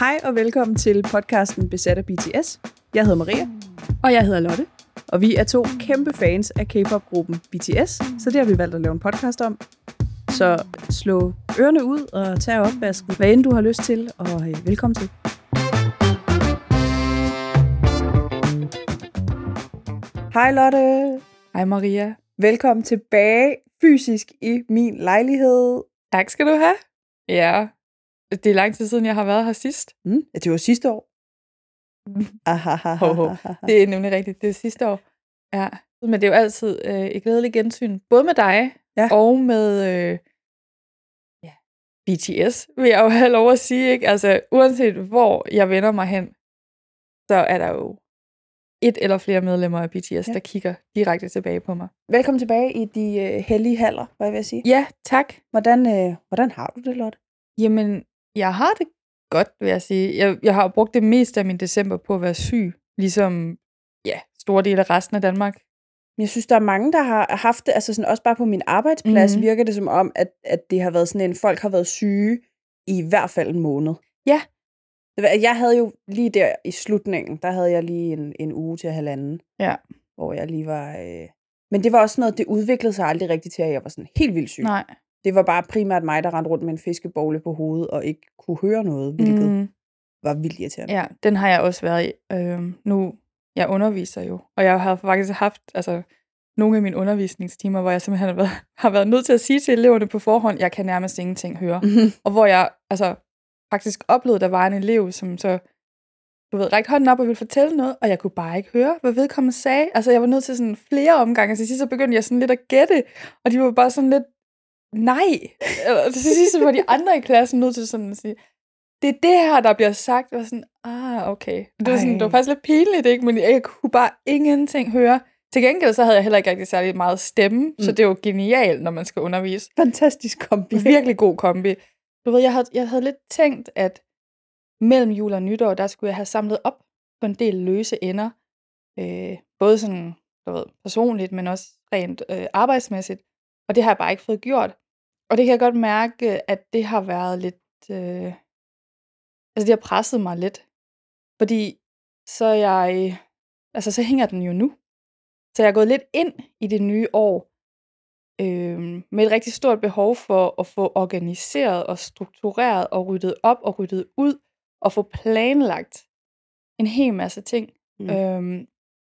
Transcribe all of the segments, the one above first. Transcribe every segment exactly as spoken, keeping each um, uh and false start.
Hej og velkommen til podcasten Besat af B T S. Jeg hedder Maria. Og jeg hedder Lotte. Og vi er to kæmpe fans af K-pop-gruppen B T S, så det har vi valgt at lave en podcast om. Så slå ørerne ud og tag opvasken, hvad end du har lyst til, og øh, velkommen til. Hej Lotte. Hej Maria. Velkommen tilbage fysisk i min lejlighed. Tak skal du have. Ja, det er lang tid siden, jeg har været her sidst. Mm, det var sidste år. Ho, ho. Det er nemlig rigtigt, det er sidste år. Ja. Men det er jo altid øh, et glædeligt gensyn, både med dig ja. og med øh, ja, B T S, vil jeg jo have lov at sige. Ikke? Altså, uanset hvor jeg vender mig hen, så er der jo et eller flere medlemmer af B T S, ja. der kigger direkte tilbage på mig. Velkommen tilbage i de øh, hellige haller, hvad jeg vil sige. Ja, tak. Hvordan, øh, hvordan har du det, Lotte? Jamen, jeg har det godt, vil jeg sige. Jeg, jeg har brugt det meste af min december på at være syg, ligesom ja, store dele af resten af Danmark. Jeg synes, der er mange, der har haft det, altså sådan, også bare på min arbejdsplads, mm-hmm. virker det som om, at, at det har været sådan en, folk har været syge i hvert fald en måned. Ja. Jeg havde jo lige der i slutningen, der havde jeg lige en, en uge til halvanden, ja. hvor jeg lige var... Øh... Men det var også noget, det udviklede sig aldrig rigtigt til, at jeg var sådan helt vildt syg. Nej. Det var bare primært mig, der rendte rundt med en fiskebogle på hovedet, og ikke kunne høre noget, hvilket mm. var vildt irriterende. Ja, den har jeg også været i. Øh, nu, jeg underviser jo, og jeg har faktisk haft altså, nogle af mine undervisningstimer, hvor jeg simpelthen har været, har været nødt til at sige til eleverne på forhånd, jeg kan nærmest ingenting høre. Mm-hmm. Og hvor jeg altså faktisk oplevede, at der var en elev, som så, du ved, rækte hånden op og ville fortælle noget, og jeg kunne bare ikke høre, hvad vedkommende sagde. Altså, jeg var nødt til sådan flere omgange, så til sidst så begyndte jeg sådan lidt at gætte, og de var bare sådan lidt, nej. Og til sidst så var de andre i klassen nødt til sådan at sige, det er det her, der bliver sagt, og sådan, ah, okay. Det var, sådan, det var faktisk lidt pinligt, ikke? Men jeg kunne bare ingenting høre. Til gengæld så havde jeg heller ikke rigtig særlig meget stemme, mm. så det er jo genialt, når man skal undervise. Fantastisk kombi. Virkelig god kombi. Du ved, jeg havde, jeg havde lidt tænkt, at mellem jul og nytår, der skulle jeg have samlet op på en del løse ender. Øh, både sådan, du ved, personligt, men også rent øh, arbejdsmæssigt. Og det har jeg bare ikke fået gjort. Og det kan jeg godt mærke, at det har været lidt... Øh, altså, det har presset mig lidt. Fordi så jeg... Altså, så hænger den jo nu. Så jeg er gået lidt ind i det nye år øh, med et rigtig stort behov for at få organiseret og struktureret og ryddet op og ryddet ud og få planlagt en hel masse ting. Mm. Øhm,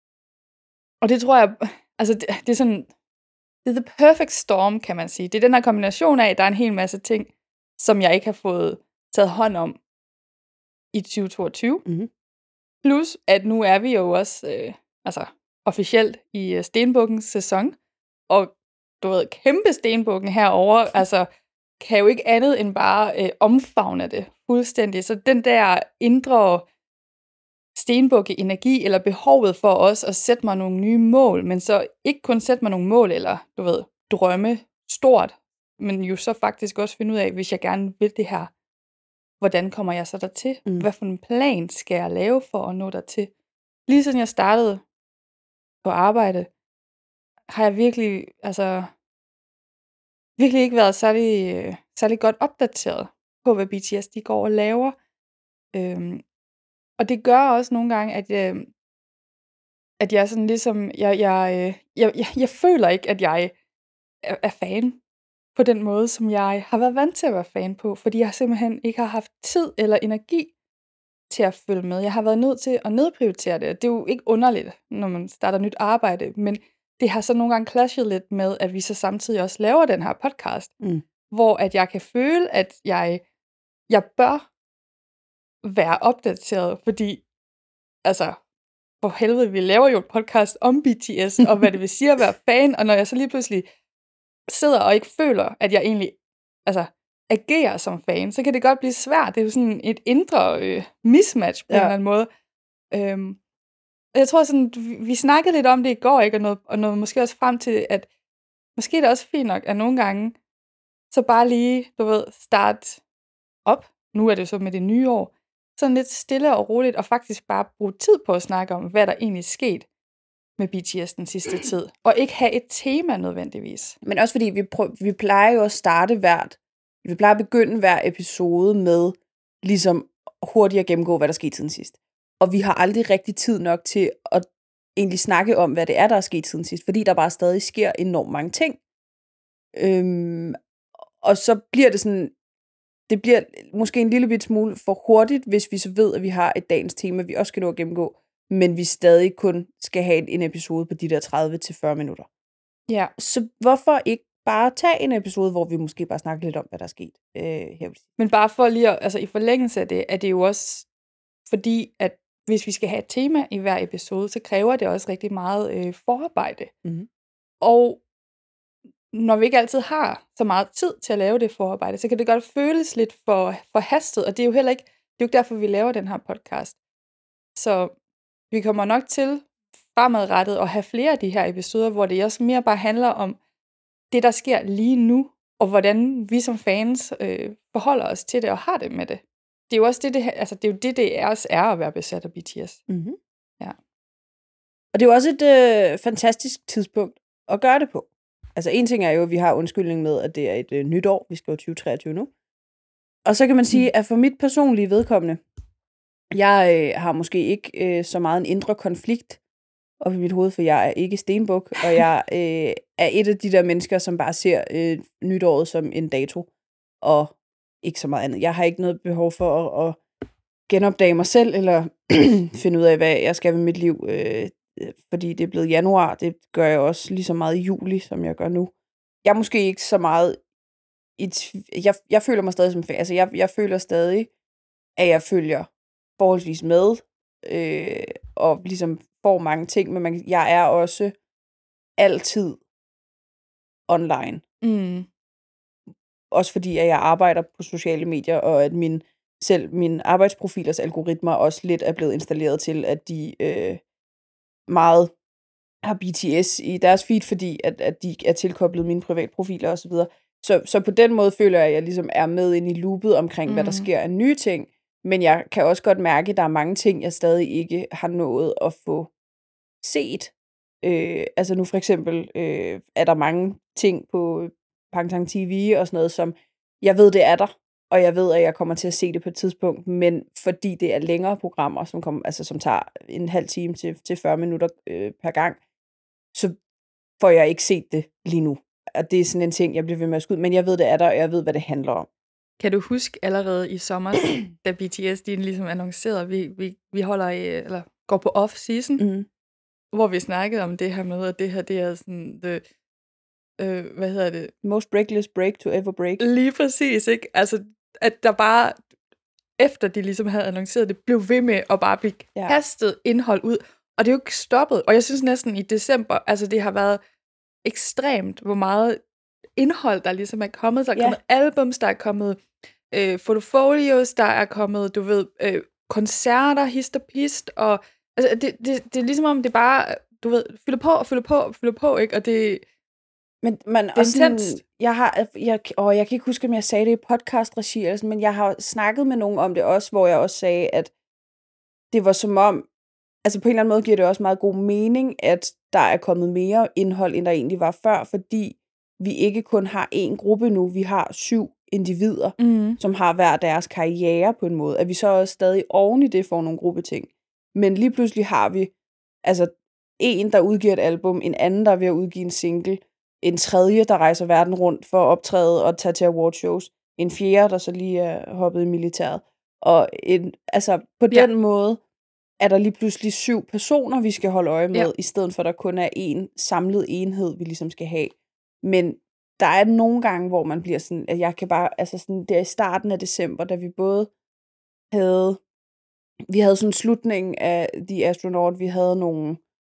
og det tror jeg... Altså, det, det er sådan... Det er the perfect storm, kan man sige. Det er den her kombination af, at der er en hel masse ting, som jeg ikke har fået taget hånd om i tyve toogtyve. Mm-hmm. Plus, at nu er vi jo også øh, altså, officielt i øh, Stenbukkens sæson. Og du ved, kæmpe Stenbukken herovre, altså, kan jo ikke andet end bare øh, omfavne det fuldstændig. Så den der indre stenbukke energi, eller behovet for os at sætte mig nogle nye mål, men så ikke kun sætte mig nogle mål, eller du ved, drømme stort, men jo så faktisk også finde ud af, hvis jeg gerne vil det her, hvordan kommer jeg så dertil? Mm. Hvad for en plan skal jeg lave for at nå dertil? Lige siden jeg startede på arbejde, har jeg virkelig, altså, virkelig ikke været særlig, særlig godt opdateret på, hvad B T S de går og laver. Øhm, Og det gør også nogle gange, at, øh, at jeg sådan ligesom, jeg, jeg, øh, jeg, jeg, jeg føler ikke, at jeg er, er fan på den måde, som jeg har været vant til at være fan på, fordi jeg simpelthen ikke har haft tid eller energi til at følge med. Jeg har været nødt til at nedprioritere det, det er jo ikke underligt, når man starter nyt arbejde, men det har så nogle gange clashet lidt med, at vi så samtidig også laver den her podcast, mm. hvor at jeg kan føle, at jeg, jeg bør være opdateret, fordi altså, for helvede, vi laver jo et podcast om B T S, og hvad det vil sige at være fan, og når jeg så lige pludselig sidder og ikke føler, at jeg egentlig altså, agerer som fan, så kan det godt blive svært. Det er jo sådan et indre øh, mismatch på ja. en eller anden måde. Øhm, jeg tror sådan, vi snakkede lidt om det i går, ikke? Og, noget, og noget måske også frem til, at måske er det også fint nok, at nogle gange, så bare lige, du ved, start op. Nu er det så med det nye år, sådan lidt stille og roligt, og faktisk bare bruge tid på at snakke om, hvad der egentlig er sket med B T S den sidste tid. Og ikke have et tema nødvendigvis. Men også fordi, vi, prøv, vi plejer jo at starte hvert, vi plejer at begynde hver episode med, ligesom hurtigt at gennemgå, hvad der skete siden sidst. Og vi har aldrig rigtig tid nok til at egentlig snakke om, hvad det er, der er sket siden sidst, fordi der bare stadig sker enormt mange ting. Øhm, og så bliver det sådan, det bliver måske en lille bit smule for hurtigt, hvis vi så ved, at vi har et dagens tema, vi også skal nå at gennemgå, men vi stadig kun skal have en episode på de der tredive til fyrre minutter. Ja. Så hvorfor ikke bare tage en episode, hvor vi måske bare snakker lidt om, hvad der er sket øh, her. Men bare for lige at, altså i forlængelse af det, er det jo også fordi, at hvis vi skal have et tema i hver episode, så kræver det også rigtig meget øh, forarbejde. Mm-hmm. Og når vi ikke altid har så meget tid til at lave det forarbejde, så kan det godt føles lidt for, for hastet, og det er jo heller ikke, det er jo ikke derfor, vi laver den her podcast. Så vi kommer nok til fremadrettet at have flere af de her episoder, hvor det også mere bare handler om det, der sker lige nu, og hvordan vi som fans øh, forholder os til det og har det med det. Det er jo også det, det, altså, det, er jo det, det også er at være besat af B T S. Mm-hmm. Ja. Og det er jo også et øh, fantastisk tidspunkt at gøre det på. Altså en ting er jo, at vi har undskyldning med, at det er et øh, nyt år. Vi skal jo tyve treogtyve nu. Og så kan man sige, at for mit personlige vedkommende, jeg øh, har måske ikke øh, så meget en indre konflikt op i mit hoved, for jeg er ikke stenbuk, og jeg øh, er et af de der mennesker, som bare ser øh, nytåret som en dato, og ikke så meget andet. Jeg har ikke noget behov for at, at genopdage mig selv, eller finde ud af, hvad jeg skal med mit liv, øh, fordi det er blevet januar. Det gør jeg også lige så meget i juli, som jeg gør nu. Jeg er måske ikke så meget i tv- jeg, jeg føler mig stadig som fan. Altså, jeg, jeg føler stadig, at jeg følger forholdsvis med, øh, og ligesom får mange ting, men man, jeg er også altid online. Mm. Også fordi, at jeg arbejder på sociale medier, og at min, selv mine arbejdsprofilers algoritmer også lidt er blevet installeret til, at de øh, meget har B T S i deres feed, fordi at, at de er tilkoblet mine privatprofiler osv. Så, så, så på den måde føler jeg, at jeg ligesom er med ind i loopet omkring, mm. hvad der sker af nye ting. Men jeg kan også godt mærke, at der er mange ting, jeg stadig ikke har nået at få set. Øh, altså nu for eksempel øh, er der mange ting på Pangtang T V og sådan noget, som jeg ved, det er der, og jeg ved, at jeg kommer til at se det på et tidspunkt, men fordi det er længere programmer, som, kommer, altså, som tager en halv time til, til fyrre minutter øh, per gang, så får jeg ikke set det lige nu. Og det er sådan en ting, jeg bliver ved med at skyde, men jeg ved, det er der, og jeg ved, hvad det handler om. Kan du huske allerede i sommer, da B T S de ligesom annoncerede, vi, vi, vi holder, eller går på off-season, Mm. hvor vi snakkede om det her med, at det her, det er sådan, the, øh, hvad hedder det? Most breakless break to ever break. Lige præcis, ikke? Altså, at der bare, efter de ligesom havde annonceret det, blev ved med at bare blive Ja. kastet indhold ud, og det er jo ikke stoppet. Og jeg synes næsten i december, altså det har været ekstremt, hvor meget indhold, der ligesom er kommet. Der er Ja. kommet albums, der er kommet øh, portfolios, der er kommet, du ved, øh, koncerter, hist og pist, og altså, det, det, det er ligesom om, det bare, du ved, fylder på og fylder på og fylder på, ikke? Og det, Men, men det er også sådan, intenst. jeg har, jeg, åh, jeg kan ikke huske, om jeg sagde det i podcast-regi, eller sådan, men jeg har snakket med nogen om det også, hvor jeg også sagde, at det var som om, altså på en eller anden måde giver det også meget god mening, at der er kommet mere indhold, end der egentlig var før, fordi vi ikke kun har én gruppe nu, vi har syv individer, Mm. som har hver deres karriere på en måde, at vi så også stadig oven i det får nogle gruppeting. Men lige pludselig har vi altså en, der udgiver et album, en anden, der er ved at udgive en single, en tredje, der rejser verden rundt for at optræde og tage til awardshows, en fjerde, der så lige er hoppet i militæret. Og en, altså på Ja. den måde er der lige pludselig syv personer, vi skal holde øje med, Ja. i stedet for, at der kun er en samlet enhed, vi ligesom skal have. Men der er nogle gange, hvor man bliver sådan, at jeg kan bare, altså sådan, der i starten af december, da vi både havde, vi havde sådan slutningen af The Astronaut, vi havde nogle,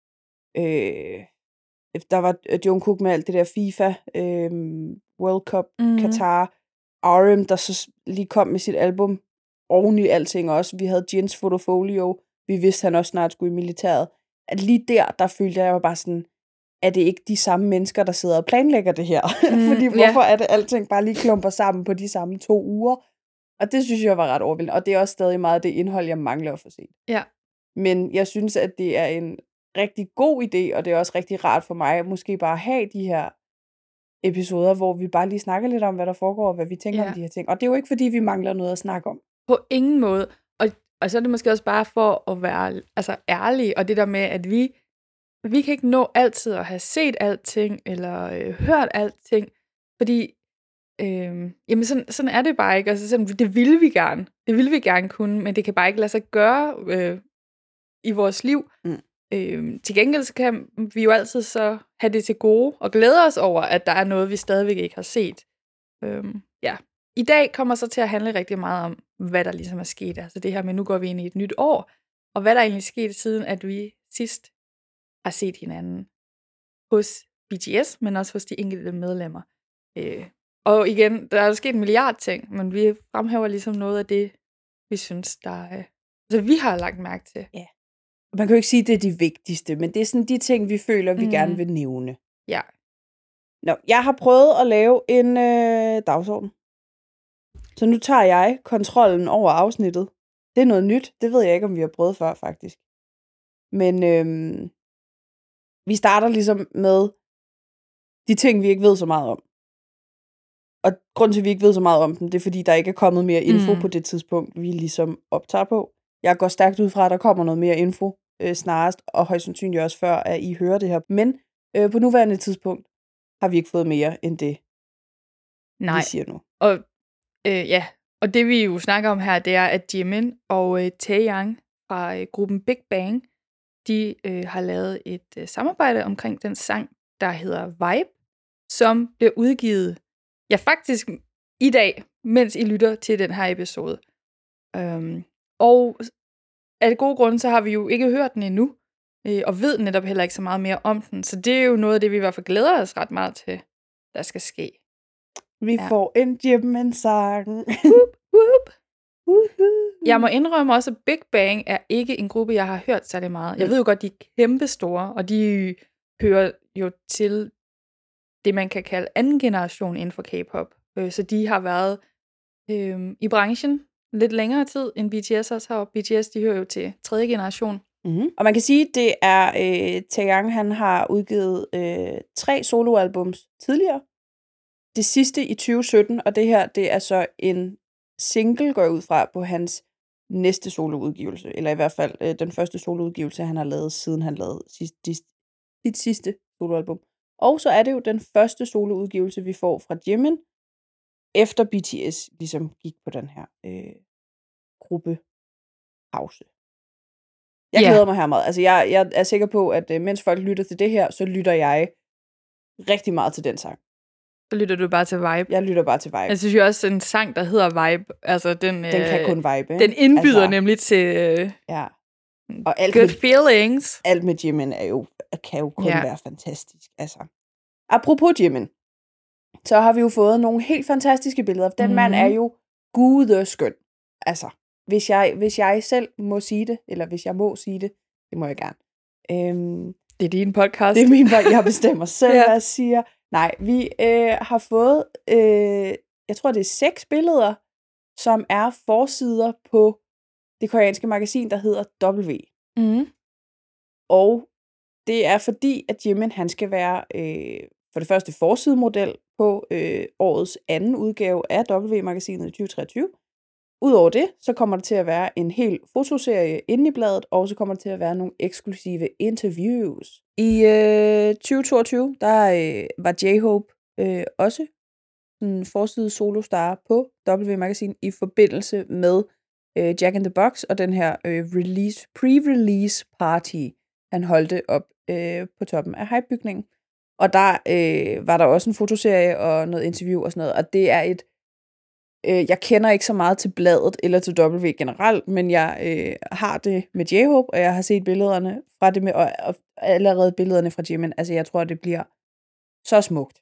øh, der var Jungkook med alt det der FIFA, øh, World Cup, Mhm. Qatar, R M, der så lige kom med sit album, oven i alting også. Vi havde Jins portfolio, vi vidste, han også snart skulle i militæret. At lige der, der følte jeg jo bare sådan, er det ikke de samme mennesker, der sidder og planlægger det her? Mm, Fordi ja. hvorfor er det alting bare lige klumper sammen på de samme to uger? Og det synes jeg var ret overvældende. Og det er også stadig meget det indhold, jeg mangler at få set. Ja. Men jeg synes, at det er en rigtig god idé, og det er også rigtig rart for mig, at måske bare have de her episoder, hvor vi bare lige snakker lidt om, hvad der foregår, og hvad vi tænker Ja. om de her ting. Og det er jo ikke, fordi vi mangler noget at snakke om. På ingen måde. Og og så er det måske også bare for at være altså, ærlig, og det der med, at vi, vi kan ikke nå altid at have set alting, eller øh, hørt alting, fordi øh, jamen sådan, sådan er det bare ikke. Altså, sådan, det ville vi gerne. Det ville vi gerne kunne, men det kan bare ikke lade sig gøre øh, i vores liv. Mm. Øh, til gengæld så kan vi jo altid så have det til gode, og glæde os over, at der er noget, vi stadigvæk ikke har set. Øh, ja. I dag kommer så til at handle rigtig meget om, hvad der ligesom er sket. Altså det her med, nu går vi ind i et nyt år, og hvad der egentlig er sket siden, at vi sidst har set hinanden hos B T S, men også hos de enkelte medlemmer. Øh, og igen, der er jo sket en milliard ting, men vi fremhæver ligesom noget af det, vi synes, der er, altså vi har lagt mærke til. Ja. Man kan jo ikke sige, at det er de vigtigste, men det er sådan de ting, vi føler, vi mm. gerne vil nævne. Ja. Nå, jeg har prøvet at lave en øh, dagsorden. Så nu tager jeg kontrollen over afsnittet. Det er noget nyt. Det ved jeg ikke, om vi har prøvet før, faktisk. Men øhm, vi starter ligesom med de ting, vi ikke ved så meget om. Og grunden til, at vi ikke ved så meget om dem, det er, fordi der ikke er kommet mere info mm. på det tidspunkt, vi ligesom optager på. Jeg går stærkt ud fra, at der kommer noget mere info øh, snarest, og højst sandsynligt også før, at I hører det her. Men øh, på nuværende tidspunkt har vi ikke fået mere end det, Nej. vi siger nu. Og øh, ja, og det vi jo snakker om her, det er, at Jimin og øh, Taeyang fra øh, gruppen Big Bang, de øh, har lavet et øh, samarbejde omkring den sang, der hedder Vibe, som bliver udgivet, ja faktisk i dag, mens I lytter til den her episode. Øhm, og af det gode grunde, så har vi jo ikke hørt den endnu, øh, og ved netop heller ikke så meget mere om den, så det er jo noget af det, vi i hvert fald glæder os ret meget til, der skal ske. Vi ja. får en Jimin-sang. Whoop, whoop. Jeg må indrømme også, at Big Bang er ikke en gruppe, jeg har hørt særlig meget. Jeg ved jo godt, de er kæmpe store, og de hører jo til det, man kan kalde anden generation inden for K-pop. Så de har været øh, i branchen lidt længere tid, end B T S også har. B T S, de hører jo til tredje generation. Mm-hmm. Og man kan sige, at det er øh, Taeyang, han har udgivet øh, tre soloalbums tidligere. Det sidste i tyve sytten, og det her, det er så en single, går jeg ud fra, på hans næste soloudgivelse. Eller i hvert fald øh, den første soloudgivelse, han har lavet, siden han lavede sit, sit sidste soloalbum. Og så er det jo den første soloudgivelse, vi får fra Jimin, efter B T S ligesom gik på den her øh, gruppepause. Jeg yeah. glæder mig her meget. Altså, jeg, jeg er sikker på, at øh, mens folk lytter til det her, så lytter jeg rigtig meget til den sang. Så lytter du bare til Vibe? Jeg lytter bare til Vibe. Jeg synes jo også, en sang, der hedder Vibe, altså den... Den øh, kan kun vibe, den indbyder altså, nemlig til øh, ja. Og alt good med, feelings. Alt med Jimin er jo, kan jo kun ja. være fantastisk. Altså. Apropos Jimin, så har vi jo fået nogle helt fantastiske billeder. Den mm-hmm. mand er jo gudeskøn. Altså, hvis jeg, hvis jeg selv må sige det, eller hvis jeg må sige det, det må jeg gerne. Øhm, det er din podcast. Det er min podcast. Jeg bestemmer selv, ja. hvad jeg siger. Nej, vi øh, har fået, øh, jeg tror det er seks billeder, som er forsider på det koreanske magasin, der hedder W. Mm. Og det er fordi, at Jimin, han skal være øh, for det første forsidemodel på øh, årets anden udgave af W-magasinet i tyve treogtyve. Udover det, så kommer der til at være en hel fotoserie inde i bladet, og så kommer der til at være nogle eksklusive interviews. I øh, tyve toogtyve, der øh, var J-Hope øh, også en forside solostar på W-magasin i forbindelse med øh, Jack in the Box og den her øh, release, pre-release party, han holdte op øh, på toppen af Hype-bygningen. Og der øh, var der også en fotoserie og noget interview og sådan noget, og det er et øh, jeg kender ikke så meget til bladet eller til W generelt, men jeg øh, har det med J-Hope, og jeg har set billederne fra det med, og, og allerede billederne fra Jimin. Altså, jeg tror, det bliver så smukt.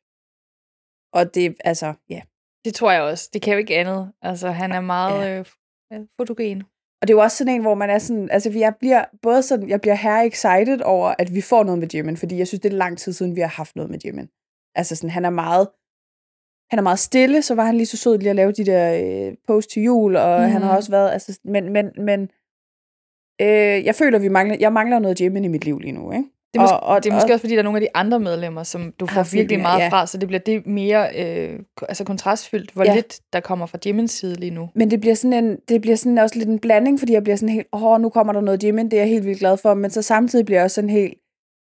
Og det, altså, ja. Det tror jeg også. Det kan jo ikke andet. Altså, han er meget ja. øh, fotogen. Og det er jo også sådan en, hvor man er sådan, altså jeg bliver både sådan, jeg bliver her excited over, at vi får noget med Jimin, fordi jeg synes, det er lang tid siden, vi har haft noget med Jimin. Altså sådan, han er meget, han er meget stille, så var han lige så sød lige at lave de der øh, post til jul, og mm. han har også været, altså, men, men, men øh, jeg føler, vi mangler, jeg mangler noget Jimin i mit liv lige nu, ikke? Det er, mås- og, og, det er måske også, fordi der er nogle af de andre medlemmer, som du får har virkelig meget ja. fra, så det bliver det mere øh, altså kontrastfyldt, hvor Ja. lidt der kommer fra Jimins side lige nu. Men det bliver sådan en, det bliver sådan også lidt en blanding, fordi jeg bliver sådan helt, åh, nu kommer der noget Jimin, det er jeg helt vildt glad for, men så samtidig bliver jeg også sådan helt,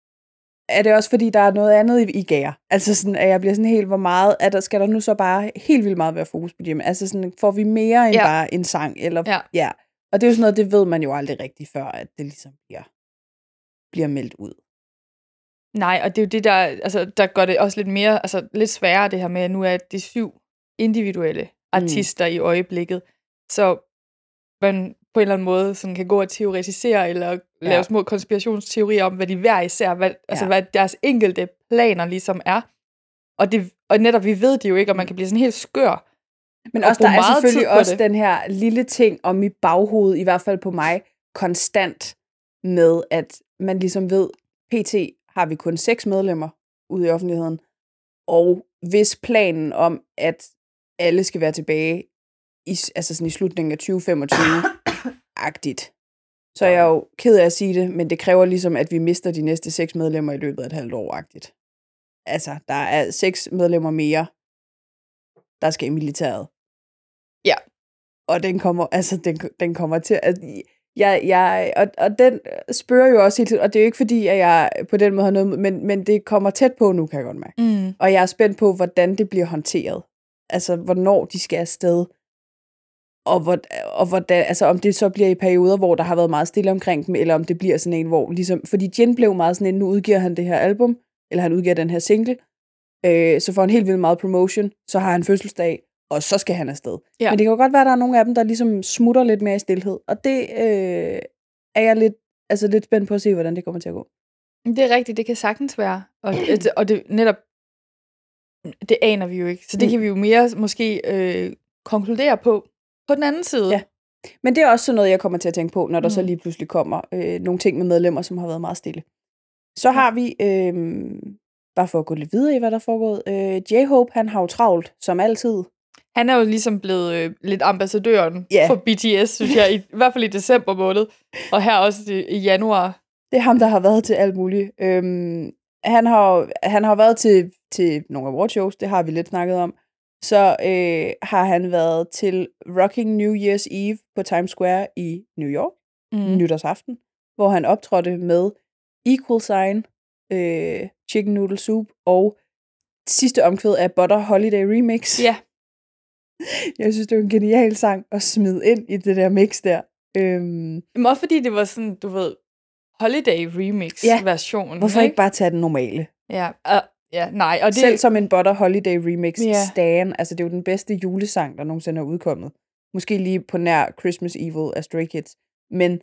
er det også fordi, der er noget andet i, i gære? Altså sådan, at jeg bliver sådan helt, hvor meget, at der skal der nu så bare helt vildt meget være fokus på Jimin? Altså sådan, får vi mere end Ja. bare en sang? Eller, Ja. ja. Og det er jo sådan noget, det ved man jo aldrig rigtigt før, at det ligesom bliver, bliver meldt ud. Nej, og det er jo det, der, altså, der gør det også lidt mere, altså lidt sværere det her med, at nu er det syv individuelle artister mm. i øjeblikket, så man på en eller anden måde sådan kan gå og teoretisere, eller ja. lave små konspirationsteorier om, hvad de hver især, hvad, ja. altså hvad deres enkelte planer ligesom er. Og, det, og netop, vi ved det jo ikke, og man kan blive sådan helt skør. Men også, der er selvfølgelig også det. Den her lille ting om i baghovedet, i hvert fald på mig, konstant med, at man ligesom ved, pt. Har vi kun seks medlemmer ude i offentligheden, og hvis planen om, at alle skal være tilbage i, altså sådan i slutningen af tyve femogtyve-agtigt, så er jeg jo ked af at sige det, men det kræver ligesom, at vi mister de næste seks medlemmer i løbet af et halvt år-agtigt. Altså, der er seks medlemmer mere, der skal i militæret. Ja. Og den kommer, altså, den, den kommer til at... Jeg, jeg, og, og den spørger jo også hele tiden, og det er jo ikke fordi, at jeg på den måde har noget, men, men det kommer tæt på nu, kan jeg godt mærke. Mm. Og jeg er spændt på, hvordan det bliver håndteret. Altså, hvornår de skal afsted. Og, hvor, og hvordan, altså, om det så bliver i perioder, hvor der har været meget stille omkring dem, eller om det bliver sådan en, hvor ligesom... Fordi Jin blev meget sådan en, nu udgiver han det her album, eller han udgiver den her single, øh, så får han helt vildt meget promotion, så har han fødselsdag, og så skal han afsted. Ja. Men det kan jo godt være, at der er nogle af dem, der ligesom smutter lidt mere i stilhed. Og det øh, er jeg lidt, altså lidt spændt på at se, hvordan det kommer til at gå. Det er rigtigt, det kan sagtens være. Og, og det netop, det aner vi jo ikke. Så det mm. kan vi jo mere måske øh, konkludere på på den anden side. Ja. Men det er også sådan noget, jeg kommer til at tænke på, når der mm. så lige pludselig kommer øh, nogle ting med medlemmer, som har været meget stille. Så har vi, øh, bare for at gå lidt videre i, hvad der er foregået, øh, J-Hope, han har jo travlt, som altid. Han er jo ligesom blevet øh, lidt ambassadøren yeah. for B T S, synes jeg, i, i hvert fald i december måned, og her også i, i januar. Det er ham, der har været til alt muligt. Øhm, han har han har været til, til nogle awardshows, det har vi lidt snakket om. Så øh, har han været til Rocking New Year's Eve på Times Square i New York, mm. nytårsaften, hvor han optrådte med Equal Sign, øh, Chicken Noodle Soup og sidste omkvæd af Butter Holiday Remix. Ja. Jeg synes, det var en genial sang at smide ind i det der mix der. Øhm. Men også fordi det var sådan, du ved, Holiday Remix-version. Ja. Hvorfor ikke bare tage den normale? Ja, uh, ja nej. Og det... Selv som en Butter Holiday Remix, ja. Stan, altså det er jo den bedste julesang, der nogensinde er udkommet. Måske lige på nær Christmas Evil af Stray Kids. Men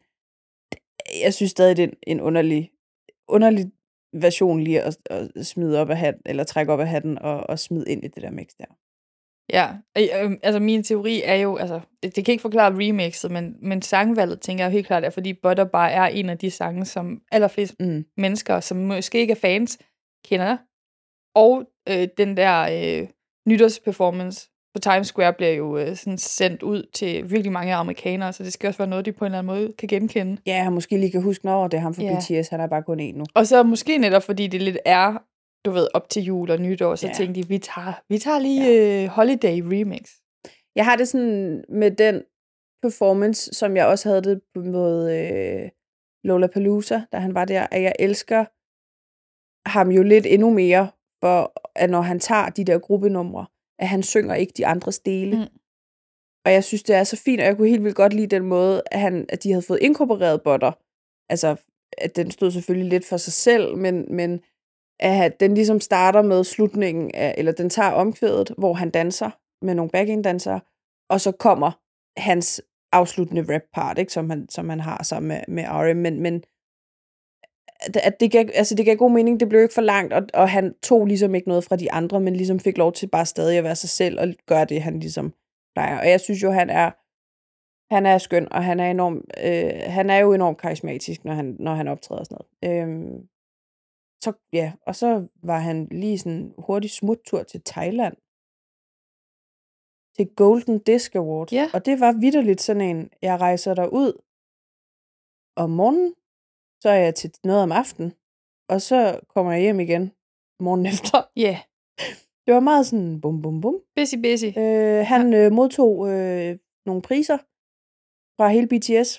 jeg synes stadig, det er en underlig, underlig version lige at, at smide op af hatten, eller trække op af hatten og, og smide ind i det der mix der. Ja, øh, altså min teori er jo, altså det, det kan ikke forklare remixet, men, men sangvalget tænker jeg jo helt klart er, fordi Butter bare er en af de sange, som allerflest mm. mennesker, som måske ikke er fans, kender. Og øh, den der øh, nytårsperformance på Times Square bliver jo øh, sådan sendt ud til virkelig mange amerikanere, så det skal også være noget, de på en eller anden måde kan genkende. Ja, han måske lige kan huske, når det er ham fra ja. B T S, han er bare kun en nu. Og så måske netop, fordi det lidt er, du ved, op til jul og nytår, så ja. tænkte de, vi tager, vi tager lige ja. uh, Holiday Remix. Jeg har det sådan med den performance, som jeg også havde det med øh, Lollapalooza, da han var der, at jeg elsker ham jo lidt endnu mere, for at når han tager de der gruppenumre, at han synger ikke de andres dele. Mm. Og jeg synes, det er så fint, og jeg kunne helt vildt godt lide den måde, at, han, at de havde fået inkorporeret Butter. Altså, at den stod selvfølgelig lidt for sig selv, men, men at den ligesom starter med slutningen af, eller den tager omkvædet, hvor han danser med nogle backing-dansere, og så kommer hans afsluttende rap-part, ikke, som, han, som han har sammen med, med R M, men, men at det gav, altså det gav god mening, det blev ikke for langt, og, og han tog ligesom ikke noget fra de andre, men ligesom fik lov til bare stadig at være sig selv, og gøre det, han ligesom plejer. Og jeg synes jo, han er han er skøn, og han er enorm, øh, han er jo enormt karismatisk, når han, når han optræder og sådan noget. Øhm, så ja, og så var han lige sådan en hurtig smuttur til Thailand, til Golden Disc Award, yeah. og det var vitterligt sådan en, jeg rejser derud om morgenen, så er jeg til noget om aftenen, og så kommer jeg hjem igen morgen efter. Ja. Yeah. Det var meget sådan bum, bum, bum. Busy, busy. Øh, han øh, modtog øh, nogle priser fra hele B T S,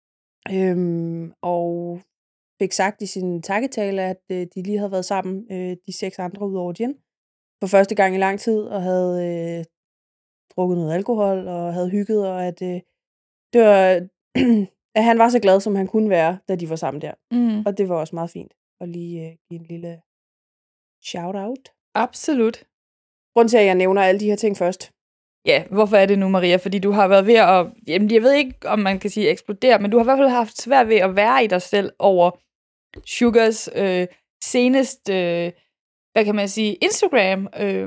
øhm, og fik sagt i sin takketale, at øh, de lige havde været sammen, øh, de seks andre ud over Jin, for første gang i lang tid, og havde øh, drukket noget alkohol, og havde hygget, og at, øh, det var, at han var så glad, som han kunne være, da de var sammen der. Mm. Og det var også meget fint at lige øh, give en lille shout-out. Absolut. Grunden til, at jeg nævner alle de her ting først. Ja, hvorfor er det nu, Maria? Fordi du har været ved at, jamen jeg ved ikke, om man kan sige eksplodere, men du har i hvert fald haft svært ved at være i dig selv over Sugars øh, seneste, øh, hvad kan man sige, Instagram øh,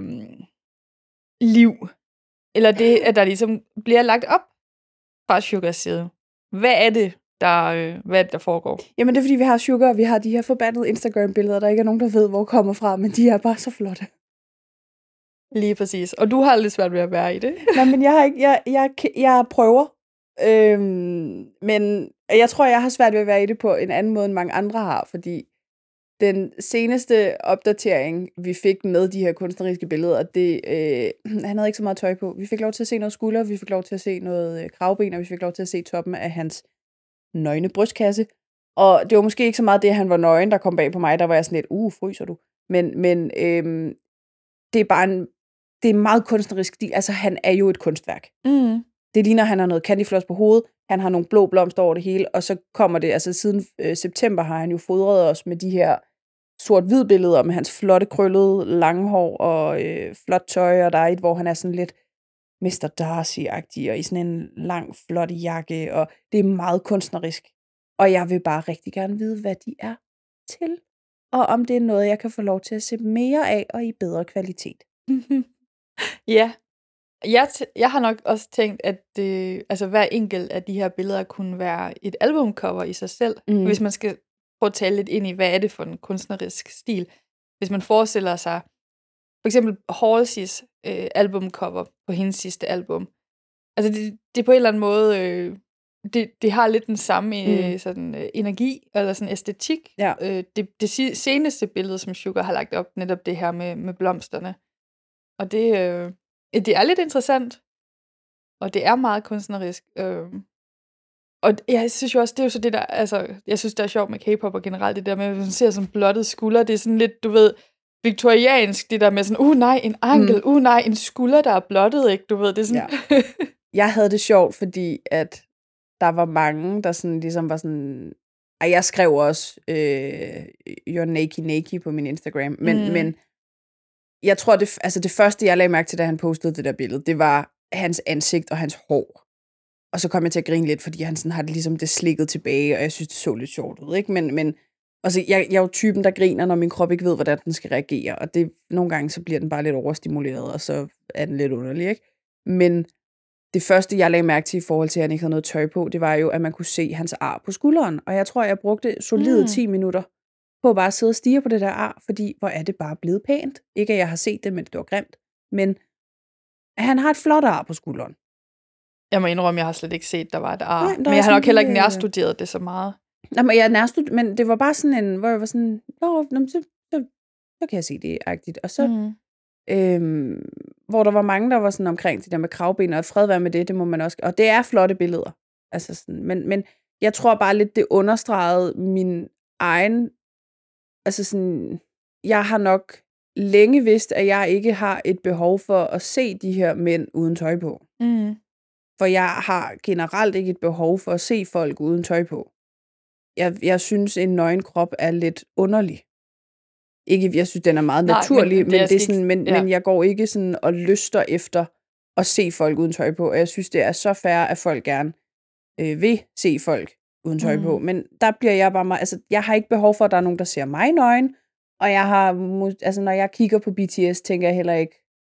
liv. Eller det, at der ligesom bliver lagt op fra Sugars side. Hvad er det, der, øh, hvad er det, der foregår? Jamen det er, fordi vi har Sugar, og vi har de her forbandede Instagram-billeder, der ikke er nogen, der ved, hvor kommer fra, men de er bare så flotte. Lige præcis. Og du har lidt svært ved at være i det. Nej, men jeg har ikke, jeg, jeg, jeg prøver. Øhm, men jeg tror, jeg har svært ved at være i det på en anden måde, end mange andre har, fordi den seneste opdatering, vi fik med de her kunstneriske billeder, det, øh, han havde ikke så meget tøj på. Vi fik lov til at se noget skulder, vi fik lov til at se noget øh, kravben, og vi fik lov til at se toppen af hans nøgne brystkasse. Og det var måske ikke så meget det, at han var nøgen, der kom bag på mig. Der var jeg sådan lidt, uh, fryser du? Men, men øh, det er bare en, det er en meget kunstnerisk stil. Altså, han er jo et kunstværk. Mm. Det ligner, at han har noget candyfloss på hovedet. Han har nogle blå blomster over det hele. Og så kommer det, altså siden øh, september har han jo fodret os med de her sort-hvid billeder med hans flotte, krøllede, lange hår og øh, flot tøj. Og der er et, hvor han er sådan lidt mister Darcy-agtig og i sådan en lang, flot jakke. Og det er meget kunstnerisk. Og jeg vil bare rigtig gerne vide, hvad de er til. Og om det er noget, jeg kan få lov til at se mere af og i bedre kvalitet. Ja. Jeg, t- jeg har nok også tænkt, at det, altså hver enkelt af de her billeder kunne være et albumcover i sig selv. Mm. Hvis man skal prøve at tale lidt ind i, hvad er det for en kunstnerisk stil. Hvis man forestiller sig, for eksempel Halseys øh, albumcover på hendes sidste album. Altså det, det er på en eller anden måde, øh, det, det har lidt den samme øh, mm. sådan, øh, energi, eller sådan æstetik. Ja. Øh, det, det seneste billede, som Sugar har lagt op, netop det her med, med blomsterne. Og det... Øh, Det er lidt interessant, og det er meget kunstnerisk. Øh. Og jeg synes jo også, det er jo så det der, altså, jeg synes, det er sjovt med K-pop og generelt det der med, at man ser sådan blottet skulder, det er sådan lidt, du ved, viktoriansk, det der med sådan, uh nej, en ankel, mm. uh nej, en skulder, der er blottet, ikke, du ved, det er sådan. Ja. Jeg havde det sjovt, fordi at der var mange, der sådan ligesom var sådan, ej, jeg skrev også, øh, you're naked naked på min Instagram, men, mm. men jeg tror, det, altså det første, jeg lagde mærke til, da han postede det der billede, det var hans ansigt og hans hår. Og så kom jeg til at grine lidt, fordi han sådan har det ligesom det slikket tilbage, og jeg synes, det så lidt sjovt ud, ikke? Men, men altså, jeg, jeg er jo typen, der griner, når min krop ikke ved, hvordan den skal reagere, og det, nogle gange, så bliver den bare lidt overstimuleret, og så er den lidt underlig, ikke? Men det første, jeg lagde mærke til i forhold til, at han ikke havde noget tøj på, det var jo, at man kunne se hans ar på skulderen, og jeg tror, jeg brugte solide mm. ti minutter på at bare sidde og stirre på det der ar, fordi hvor er det bare blevet pænt. Ikke at jeg har set det, men det var grimt. Men han har et flot ar på skulderen. Jeg må indrømme, jeg har slet ikke set, der var et ar. Nej, men jeg har nok heller ikke nærstuderet det så meget. Nej, men jeg nærstuderet, men det var bare sådan en, hvor jeg var sådan, nå, så, så, så kan jeg se det agtigt. Og så, mm. øhm, hvor der var mange, der var sådan omkring det der med kravben, og fred være med det, det må man også, og det er flotte billeder. Altså sådan, men, men jeg tror bare lidt, det understregede min egen. Altså sådan, jeg har nok længe vidst, at jeg ikke har et behov for at se de her mænd uden tøj på. Mm. For jeg har generelt ikke et behov for at se folk uden tøj på. Jeg, jeg synes, en nøgen krop er lidt underlig. Ikke, jeg synes, den er meget Nej, naturlig, men, det men, det er sådan, ikke, men, ja. men jeg går ikke sådan og lyster efter at se folk uden tøj på. Og jeg synes, det er så fair, at folk gerne øh, vil se folk uden tøj mm. på. Men der bliver jeg bare meget, altså jeg har ikke behov for, at der er nogen, der ser mig nøgen, og jeg har, altså når jeg kigger på B T S, tænker jeg heller ikke,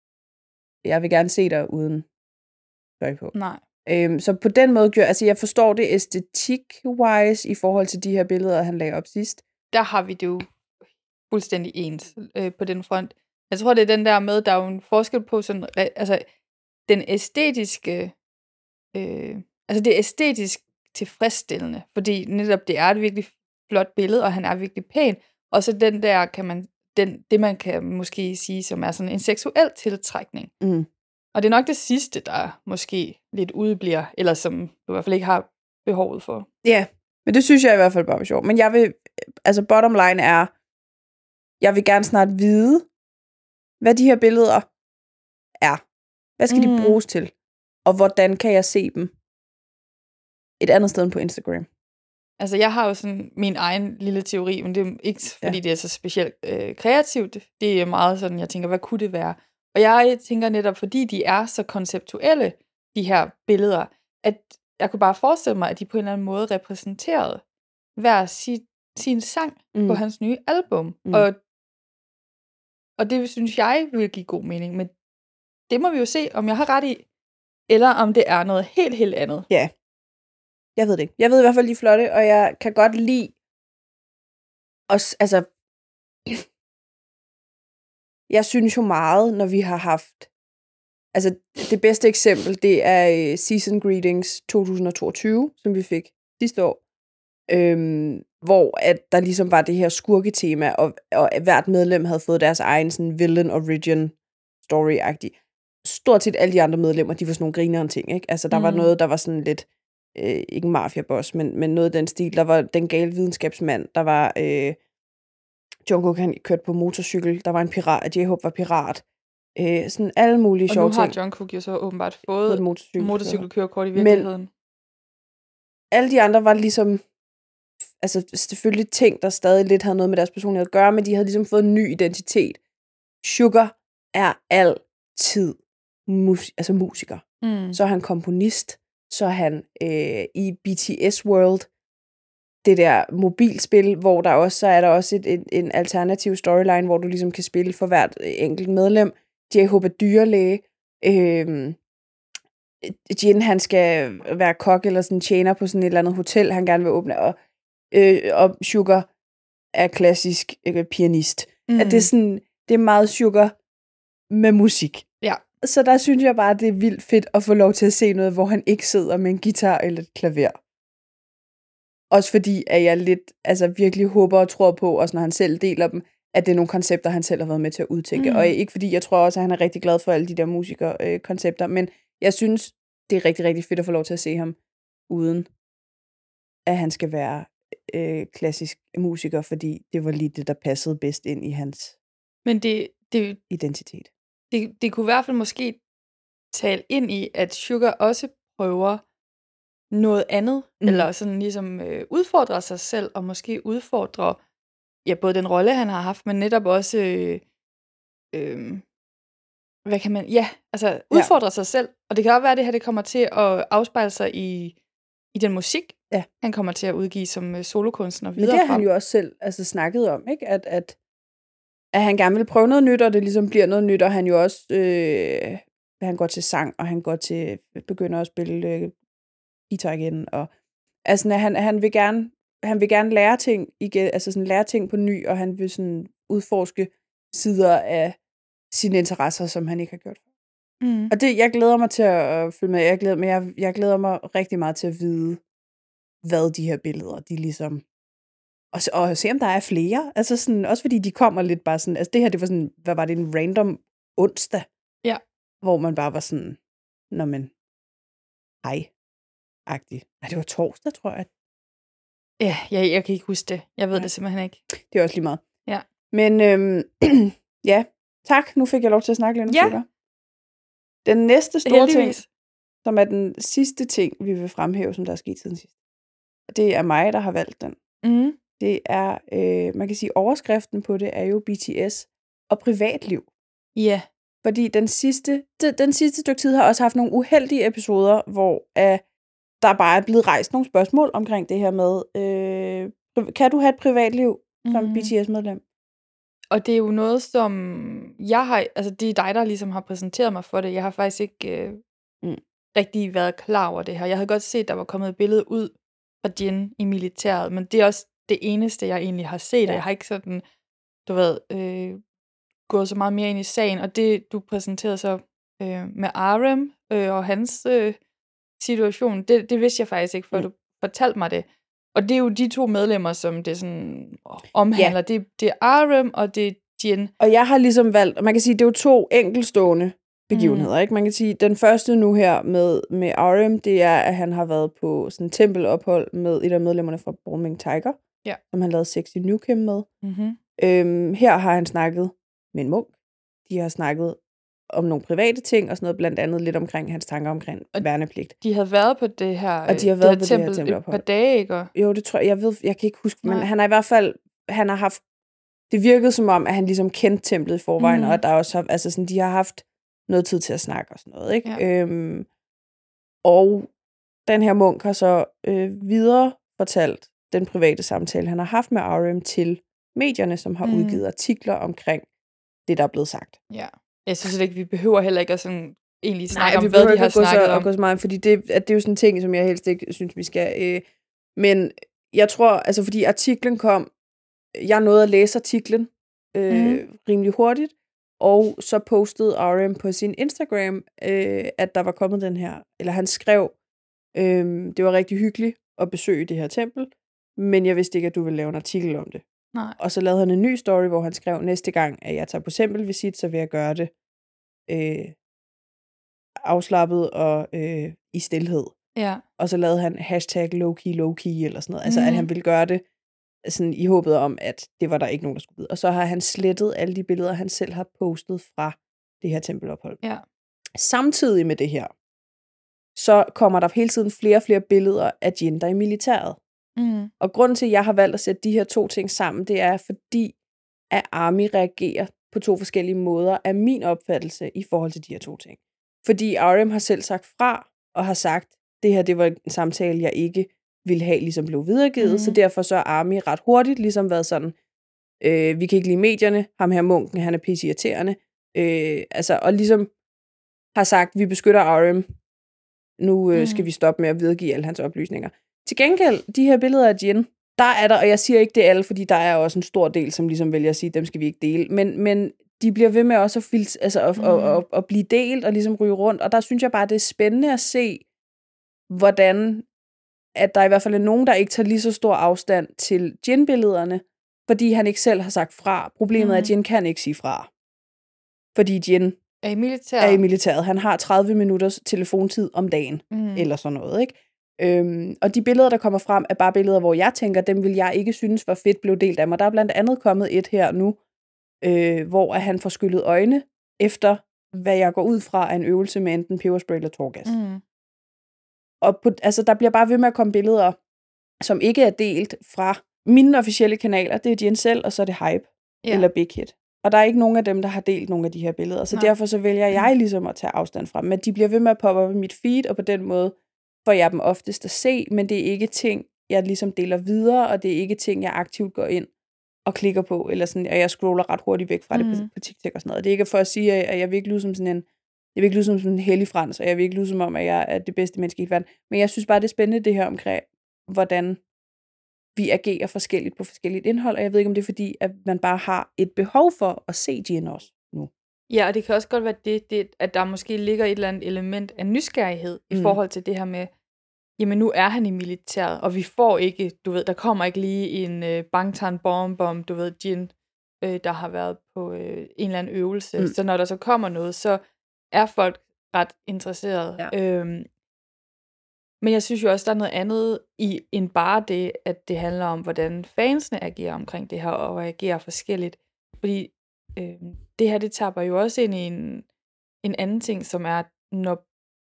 jeg vil gerne se dig uden tøj på. Nej. Øhm, så på den måde gør, altså jeg forstår det æstetik-wise i forhold til de her billeder, han lagde op sidst. Der har vi det jo fuldstændig ens øh, på den front. Jeg tror, det er den der med, der er jo en forskel på sådan, altså den æstetiske, øh, altså det er æstetisk tilfredsstillende, fordi netop det er et virkelig flot billede, og han er virkelig pæn, Og så den der, kan man, den, det man kan måske sige, som er sådan en seksuel tiltrækning. Mm. Og det er nok det sidste, der måske lidt udebliver, eller som du i hvert fald ikke har behovet for. Ja, men det synes jeg i hvert fald bare var sjovt. Men jeg vil, altså bottom line er, jeg vil gerne snart vide, hvad de her billeder er. Hvad skal mm. de bruges til? Og hvordan kan jeg se dem et andet sted end på Instagram? Altså, jeg har jo sådan min egen lille teori, men det er ikke, fordi ja. det er så specielt øh, kreativt. Det er meget sådan, jeg tænker, hvad kunne det være? Og jeg tænker netop, fordi de er så konceptuelle, de her billeder, at jeg kunne bare forestille mig, at de på en eller anden måde repræsenterede hver sin, sin sang mm. på hans nye album. Mm. Og, og det synes jeg vil give god mening, men det må vi jo se, om jeg har ret i, eller om det er noget helt, helt andet. Ja. Jeg ved det ikke. Jeg ved i hvert fald, de er flotte, og jeg kan godt lide os, altså jeg synes jo meget, når vi har haft, altså det bedste eksempel, det er Season Greetings to tusind og toogtyve, som vi fik sidste år, øhm, hvor at der ligesom var det her skurketema, og, og hvert medlem havde fået deres egen sådan villain origin story-agtig. Stort set alle de andre medlemmer, de var sådan nogle grineren ting, ikke? Altså der mm. var noget, der var sådan lidt, øh, ikke en mafia-boss, men, men noget af den stil. Der var den gale videnskabsmand, der var øh, Jungkook, han kørte på motorcykel, der var en pirat, J-Hope var pirat. Øh, sådan alle mulige sjove ting. Og nu har Jungkook jo så åbenbart fået motorcykel, motorcykelkørekort i virkeligheden. Men alle de andre var ligesom, altså selvfølgelig ting, der stadig lidt havde noget med deres personlighed at gøre, men de havde ligesom fået en ny identitet. Sugar er altid mus- altså musiker. Mm. Så er han komponist, så er han øh, i B T S World, det der mobilspil, hvor der også, så er der også et, et, en alternativ storyline, hvor du ligesom kan spille for hvert enkelt medlem. J-Hope er dyrlæge. Øh, Jin, han skal være kok eller sådan tjener på sådan et eller andet hotel, han gerne vil åbne, og, øh, og Sugar er klassisk øh, pianist. Mm. At det er sådan, det er meget Sugar med musik. Ja. Så der synes jeg bare, det er vildt fedt at få lov til at se noget, hvor han ikke sidder med en guitar eller et klaver. Også fordi, at jeg lidt, altså virkelig håber og tror på, også når han selv deler dem, at det er nogle koncepter, han selv har været med til at udtænke. Mm. Og ikke fordi, jeg tror også, at han er rigtig glad for alle de der musikerkoncepter, øh, men jeg synes, det er rigtig, rigtig fedt at få lov til at se ham, uden at han skal være øh, klassisk musiker, fordi det var lige det, der passede bedst ind i hans men det, det, identitet. Det, det kunne i hvert fald måske tale ind i, at Sugar også prøver noget andet, mm. eller sådan ligesom øh, udfordrer sig selv, og måske udfordrer ja, både den rolle, han har haft, men netop også øh, øh, hvad kan man, ja, altså udfordrer ja. sig selv, og det kan også være, at det her det kommer til at afspejle sig i, i den musik, ja. han kommer til at udgive som øh, solokunstner videre. Men det har han jo også selv altså, snakket om, ikke? At, at, at han gerne vil prøve noget nyt, og det ligesom bliver noget nyt, og han jo også, øh, han går til sang, og han går til, begynder at spille øh, guitar igen, og altså, han, han vil gerne, han vil gerne lære ting igen, altså sådan lære ting på ny, og han vil sådan udforske sider af sine interesser, som han ikke har gjort. Mm. Og det, jeg glæder mig til at følge med. Jeg glæder, men jeg, jeg glæder mig rigtig meget til at vide, hvad de her billeder, de ligesom, og, og se om der er flere. Altså sådan, også fordi de kommer lidt bare sådan, altså det her, det var sådan, hvad var det, en random onsdag? Ja. Hvor man bare var sådan, nå men, hej, agtig. Nej, det var torsdag, tror jeg. Ja, jeg, jeg kan ikke huske det. Jeg ved ja. det simpelthen ikke. Det er også lige meget. Ja. Men øhm, ja, tak. Nu fik jeg lov til at snakke lidt om ja. Sugar. Den næste store ting, som er den sidste ting, vi vil fremhæve, som der er sket siden sidst. Det er mig, der har valgt den. Mm. Det er, øh, man kan sige, overskriften på det er jo B T S og privatliv. Ja. Yeah. Fordi den sidste, den, den sidste stykke tid har også haft nogle uheldige episoder, hvor øh, der bare er blevet rejst nogle spørgsmål omkring det her med, øh, kan du have et privatliv som mm. B T S-medlem? Og det er jo noget, som jeg har, altså det er dig, der ligesom har præsenteret mig for det. Jeg har faktisk ikke øh, mm. rigtig været klar over det her. Jeg havde godt set, der var kommet et billede ud fra Jin i militæret, men det er også det eneste, jeg egentlig har set. Ja. Jeg har ikke sådan, du ved, øh, gået så meget mere ind i sagen. Og det, du præsenterede så øh, med Arem øh, og hans øh, situation, det, det vidste jeg faktisk ikke, før mm. du fortalte mig det. Og det er jo de to medlemmer, som det sådan omhandler. Ja. Det, det er Aram, og det er Jin. Og jeg har ligesom valgt, og man kan sige, det er jo to enkeltstående begivenheder, mm. ikke? Man kan sige, den første nu her med, med Aram, det er, at han har været på sådan et tempelophold med et af medlemmerne fra Borming Tiger, ja. som han lavede Sex i Nukem med. Mm-hmm. Øhm, her har han snakket med en munk. De har snakket om nogle private ting, og sådan noget, blandt andet lidt omkring hans tanker omkring og værnepligt. De havde været på det her, og de har været det på tempel, det her tempelophold. Et par dage, ikke? Jo, det tror jeg, jeg ved, jeg kan ikke huske, men Nej. han har i hvert fald, han har haft, det virkede som om, at han ligesom kendte templet i forvejen, mm. og at der også har, altså sådan, de har haft noget tid til at snakke og sådan noget, ikke? Ja. Øhm, og den her munk har så øh, videre fortalt den private samtale, han har haft med Aram til medierne, som har mm. udgivet artikler omkring det, der er blevet sagt. Ja. Jeg synes ikke, vi behøver heller ikke at sådan egentlig snakke Nej, om, hvad de har snakket så, om. Nej, vi så meget, fordi det, at det er jo sådan en ting, som jeg helst ikke synes, vi skal. Øh, men jeg tror, altså fordi artiklen kom, jeg nåede at læse artiklen øh, mm. rimelig hurtigt, og så postede Aram på sin Instagram, øh, at der var kommet den her, eller han skrev, øh, det var rigtig hyggeligt at besøge det her tempel, men jeg vidste ikke, at du ville lave en artikel om det. Nej. Og så lavede han en ny story, hvor han skrev, næste gang, at jeg tager på tempelvisit, så vil jeg gøre det øh, afslappet og øh, i stilhed. Ja. Og så lavede han hashtag low-key, low-key, eller sådan noget. Altså, mm. at han ville gøre det sådan, i håbet om, at det var der ikke nogen, der skulle vide. Og så har han slettet alle de billeder, han selv har postet fra det her tempelophold. Ja. Samtidig med det her, så kommer der hele tiden flere og flere billeder af Jin, der er i militæret. Mm. Og grunden til, at jeg har valgt at sætte de her to ting sammen, det er fordi, at Army reagerer på to forskellige måder af min opfattelse i forhold til de her to ting. Fordi Aram har selv sagt fra, og har sagt, det her det var en samtale, jeg ikke ville have, ligesom blev videregivet, mm. så derfor så er Army ret hurtigt ligesom været sådan, øh, vi kan ikke lide medierne, ham her munken, han er pisseirriterende, øh, altså, og ligesom har sagt, vi beskytter Aram, nu øh, mm. skal vi stoppe med at videregive alle hans oplysninger. Til gengæld, de her billeder af Jin, der er der, og jeg siger ikke det alle, fordi der er også en stor del, som ligesom vælger at sige, dem skal vi ikke dele, men, men de bliver ved med også at, fil- altså at, mm. at, at, at blive delt og ligesom ryge rundt, og der synes jeg bare, det er spændende at se, hvordan at der i hvert fald er nogen, der ikke tager lige så stor afstand til Jin-billederne, fordi han ikke selv har sagt fra. Problemet mm. er, at Jin kan ikke sige fra, fordi Jin er i militæret. Er i militæret. Han har tredive minutters telefontid om dagen, mm. eller sådan noget, ikke? Øhm, og de billeder, der kommer frem, er bare billeder, hvor jeg tænker, dem vil jeg ikke synes var fedt blev delt af mig. Der er blandt andet kommet et her nu, øh, hvor han får skyllet øjne efter, hvad jeg går ud fra af en øvelse med enten peberspray eller tårgas. Mm. Og på, altså, der bliver bare ved med at komme billeder, som ikke er delt fra mine officielle kanaler. Det er Jin selv, og så er det Hype ja. Eller Big Hit. Og der er ikke nogen af dem, der har delt nogle af de her billeder. Så Nej. Derfor så vælger jeg ligesom at tage afstand fra dem. Men de bliver ved med at poppe op i mit feed, og på den måde får jeg dem oftest at se, men det er ikke ting, jeg ligesom deler videre, og det er ikke ting, jeg aktivt går ind og klikker på, eller sådan, og jeg scroller ret hurtigt væk fra mm. det på, på TikTok og sådan noget. Det er ikke for at sige, at jeg vil ikke lyde som sådan en, jeg vil ikke lyde som sådan en hellig frans, og jeg vil ikke lyde som om, at jeg er det bedste menneske i verden. Men jeg synes bare, det er spændende det her omkring, hvordan vi agerer forskelligt på forskelligt indhold, og jeg ved ikke, om det er fordi, at man bare har et behov for at se Jin også nu. Ja, og det kan også godt være det, det, at der måske ligger et eller andet element af nysgerrighed mm. i forhold til det her med, jamen nu er han i militæret, og vi får ikke, du ved, der kommer ikke lige en øh, bangtan bombom, du ved, Jin, øh, der har været på øh, en eller anden øvelse. Mm. Så når der så kommer noget, så er folk ret interesserede. Ja. Øhm, men jeg synes jo også, der er noget andet i end bare det, at det handler om, hvordan fansene agerer omkring det her, og agerer forskelligt. Fordi øh, det her, det tapper jo også ind i en, en anden ting, som er, når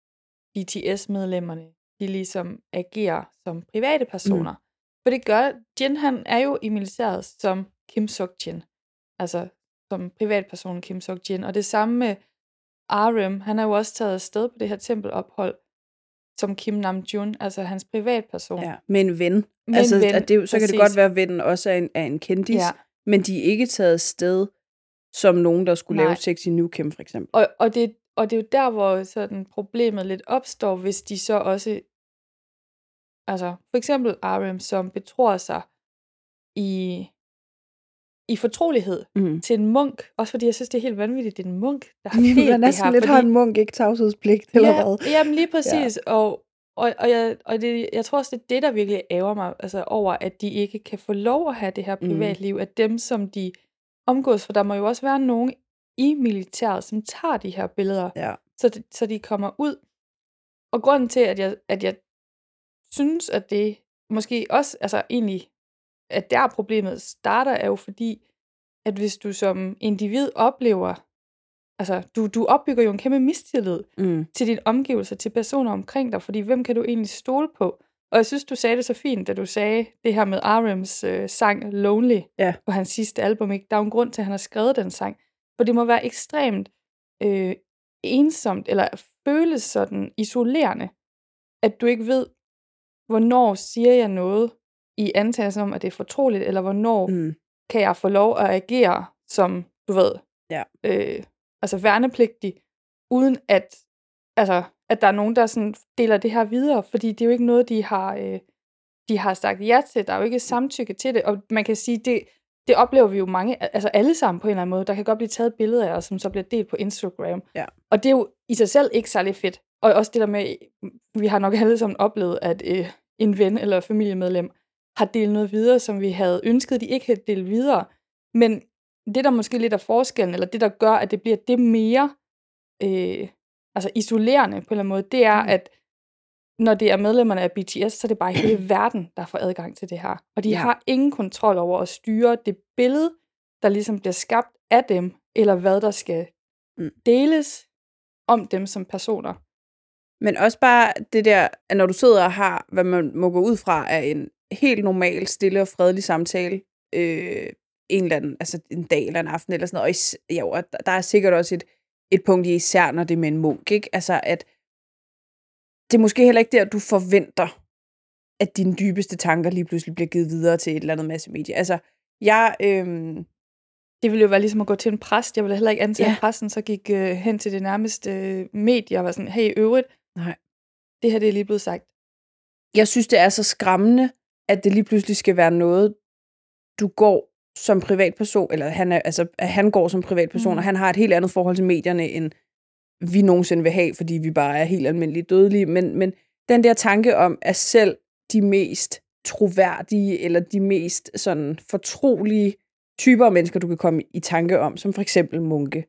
B T S-medlemmerne, de ligesom agerer som private personer. Mm. For det gør, Jin han er jo i militæret som Kim Seok-jin. Altså som privatperson Kim Seok-jin. Og det samme med Aram, han er jo også taget afsted på det her tempelophold, som Kim Nam-jun, altså hans privatperson. Ja, med en ven. Med altså, en ven, at det, så præcis. Kan det godt være, at vennen også er en, er en kendis, ja. Men de er ikke taget afsted som nogen, der skulle Nej. Lave Sex i Nukem, for eksempel. Og, og, det, og det er jo der, hvor sådan problemet lidt opstår, hvis de så også, altså for eksempel Aram, som betror sig i, i fortrolighed mm. til en munk, også fordi jeg synes, det er helt vanvittigt, det er en munk, der har delt det her. Man er sådan lidt, har en munk ikke tavshedspligt, eller ja, hvad? Jamen lige præcis, ja. og, og, og, jeg, og det, jeg tror også, det er det, der virkelig ærger mig altså, over, at de ikke kan få lov at have det her privatliv, mm. at dem, som de omgås, for der må jo også være nogen i militæret, som tager de her billeder, Ja. så, de, så de kommer ud. Og grunden til, at jeg, at jeg synes, at det måske også, altså egentlig, at der problemet starter, er jo fordi, at hvis du som individ oplever, altså du, du opbygger jo en kæmpe mistillid Mm. til dine omgivelser, til personer omkring dig, fordi hvem kan du egentlig stole på? Og jeg synes, du sagde det så fint, da du sagde det her med R M's øh, sang Lonely Ja. på hans sidste album. Ikke? Der er jo en grund til, at han har skrevet den sang. For det må være ekstremt øh, ensomt, eller føles sådan isolerende, at du ikke ved, hvornår siger jeg noget i antagelse om, at det er fortroligt, eller hvornår Mm. kan jeg få lov at agere som, du ved, Ja. øh, altså værnepligtig, uden at, altså, at der er nogen, der sådan deler det her videre, fordi det er jo ikke noget, de har, øh, de har sagt ja til. Der er jo ikke samtykke til det, og man kan sige, det, det oplever vi jo mange, altså alle sammen på en eller anden måde. Der kan godt blive taget billeder af os, som så bliver delt på Instagram. Ja. Og det er jo i sig selv ikke særlig fedt. Og også det der med, vi har nok alle sammen oplevet, at øh, en ven eller familiemedlem har delt noget videre, som vi havde ønsket, de ikke havde delt videre. Men det, der måske lidt er forskellen, eller det, der gør, at det bliver det mere øh, altså isolerende på en eller anden måde, det er, mm. at når det er medlemmerne af B T S, så er det bare hele verden, der får adgang til det her. Og de ja. har ingen kontrol over at styre det billede, der ligesom bliver skabt af dem, eller hvad der skal mm. deles om dem som personer. Men også bare det der, at når du sidder og har, hvad man må gå ud fra, er en helt normal, stille og fredelig samtale, øh, en eller anden, altså en dag eller en aften eller sådan noget, og is- jo, og der er sikkert også et, et punkt i især, når det er med en munk, ikke? Altså, at det er måske heller ikke der, du forventer, at dine dybeste tanker lige pludselig bliver givet videre til et eller andet masse medie. Altså, jeg... Øhm... Det ville jo være ligesom at gå til en præst. Jeg ville heller ikke antage, ja. at præsten så gik øh, hen til det nærmeste øh, medie og var sådan, hey, øvrigt, nej, det her det er lige blevet sagt. Jeg synes, det er så skræmmende, at det lige pludselig skal være noget, du går som privatperson, eller han, er, altså, at han går som privatperson, mm. og han har et helt andet forhold til medierne, end vi nogensinde vil have, fordi vi bare er helt almindeligt dødelige. Men, men den der tanke om, at selv de mest troværdige, eller de mest sådan fortrolige typer af mennesker, du kan komme i tanke om, som for eksempel munke,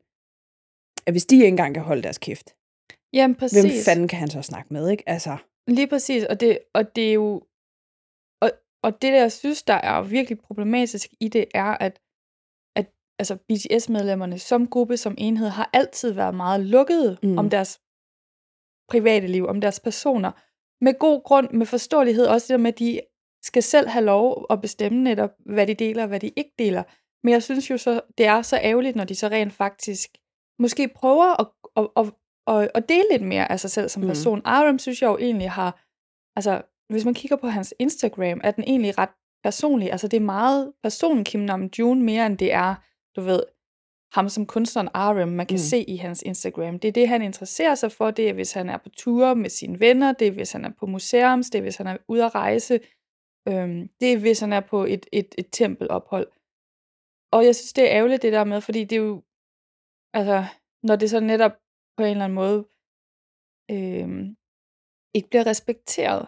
at hvis de ikke engang kan holde deres kæft, jamen, præcis. Hvem fanden kan han så snakke med, ikke? Altså. Lige præcis, og det, og det er jo, og, og det der, jeg synes, der er virkelig problematisk i det, er, at, at altså B T S-medlemmerne som gruppe, som enhed, har altid været meget lukkede mm. om deres private liv, om deres personer, med god grund, med forståelighed, også det der med, at de skal selv have lov at bestemme netop, hvad de deler og hvad de ikke deler. Men jeg synes jo så, det er så ærgerligt, når de så rent faktisk måske prøver at, at, at, at, at dele lidt mere af sig selv som person. Mm. R M synes jeg jo egentlig har, altså hvis man kigger på hans Instagram, er den egentlig ret personlig. Altså det er meget personen Kim Namjoon mere, end det er, du ved, ham som kunstneren R M, man kan mm. se i hans Instagram. Det er det, han interesserer sig for. Det er, hvis han er på tur med sine venner. Det er, hvis han er på museums. Det er, hvis han er ude at rejse. Øhm, det er, hvis han er på et, et, et tempelophold. Og jeg synes, det er ærgerligt, det der med, fordi det er jo, altså, når det så netop på en eller anden måde øhm, ikke bliver respekteret.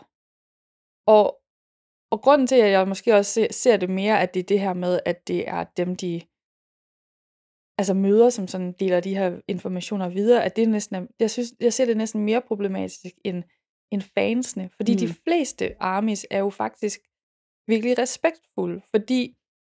Og, og grunden til, at jeg måske også ser, ser det mere, at det er det her med, at det er dem, de altså møder, som sådan deler de her informationer videre, at det er næsten, jeg synes, jeg ser det næsten mere problematisk end, end fansene, fordi mm. de fleste armies er jo faktisk virkelig respektfulde, fordi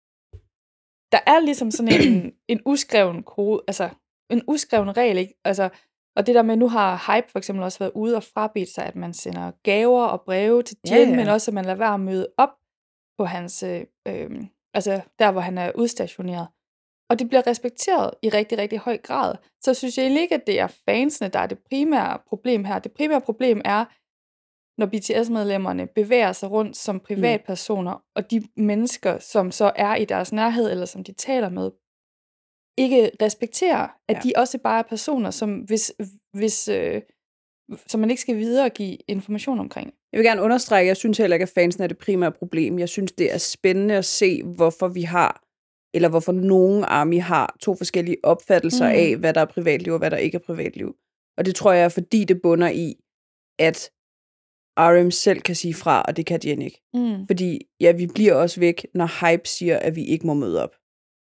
der er ligesom sådan en, en uskreven kode, altså en uskreven regel, ikke? Altså, og det der med, nu har Hype for eksempel også været ude og frabedt sig, at man sender gaver og breve til Jin, ja, ja. Men også at man lader være at møde op på hans, øh, øh, altså der hvor han er udstationeret. Og det bliver respekteret i rigtig, rigtig høj grad. Så synes jeg ikke, at det er fansene, der er det primære problem her. Det primære problem er, når B T S-medlemmerne bevæger sig rundt som privatpersoner, mm. og de mennesker, som så er i deres nærhed, eller som de taler med, ikke respekterer, at ja. de også bare er personer, som, hvis, hvis, øh, som man ikke skal videregive information omkring. Jeg vil gerne understrege, at jeg synes heller ikke, at fansen er det primære problem. Jeg synes, det er spændende at se, hvorfor vi har, eller hvorfor nogen army har to forskellige opfattelser mm. af, hvad der er privatliv og hvad der ikke er privatliv. Og det tror jeg er, fordi det bunder i, at R M selv kan sige fra, og det kan Jen ikke. Mm. Fordi, ja, vi bliver også væk, når Hype siger, at vi ikke må møde op.